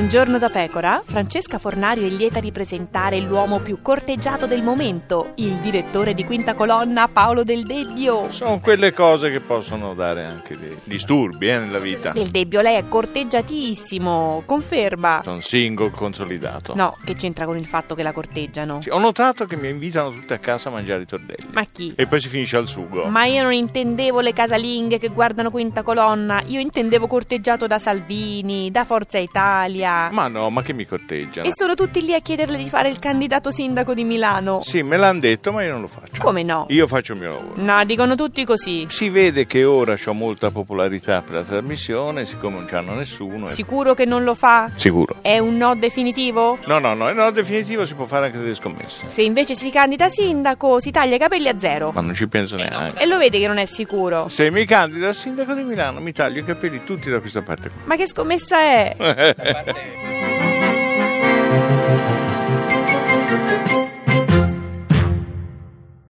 Un giorno da pecora, Francesca Fornario è lieta di presentare l'uomo più corteggiato del momento, il direttore di Quinta Colonna, Paolo Del Debbio. Sono quelle cose che possono dare anche dei disturbi nella vita. Del Debbio, lei è corteggiatissimo, conferma. Sono single consolidato. No, che c'entra con il fatto che la corteggiano? Sì, ho notato che mi invitano tutte a casa a mangiare i tordelli. Ma chi? E poi si finisce al sugo. Ma io non intendevo le casalinghe che guardano Quinta Colonna, io intendevo corteggiato da Salvini, da Forza Italia. Ma no, ma che mi corteggiano? E sono tutti lì a chiederle di fare il candidato sindaco di Milano. Sì, me l'hanno detto, ma io non lo faccio. Come no? Io faccio il mio lavoro. No, dicono tutti così. Si vede che ora ho molta popolarità per la trasmissione, siccome non c'hanno nessuno. Sicuro che non lo fa? Sicuro. È un no definitivo? No, definitivo si può fare anche delle scommesse. Se invece si candida a sindaco, si taglia i capelli a zero. Ma non ci penso neanche. E lo vede che non è sicuro. Se mi candido a sindaco di Milano, mi taglio i capelli tutti da questa parte qua. Ma che scommessa è?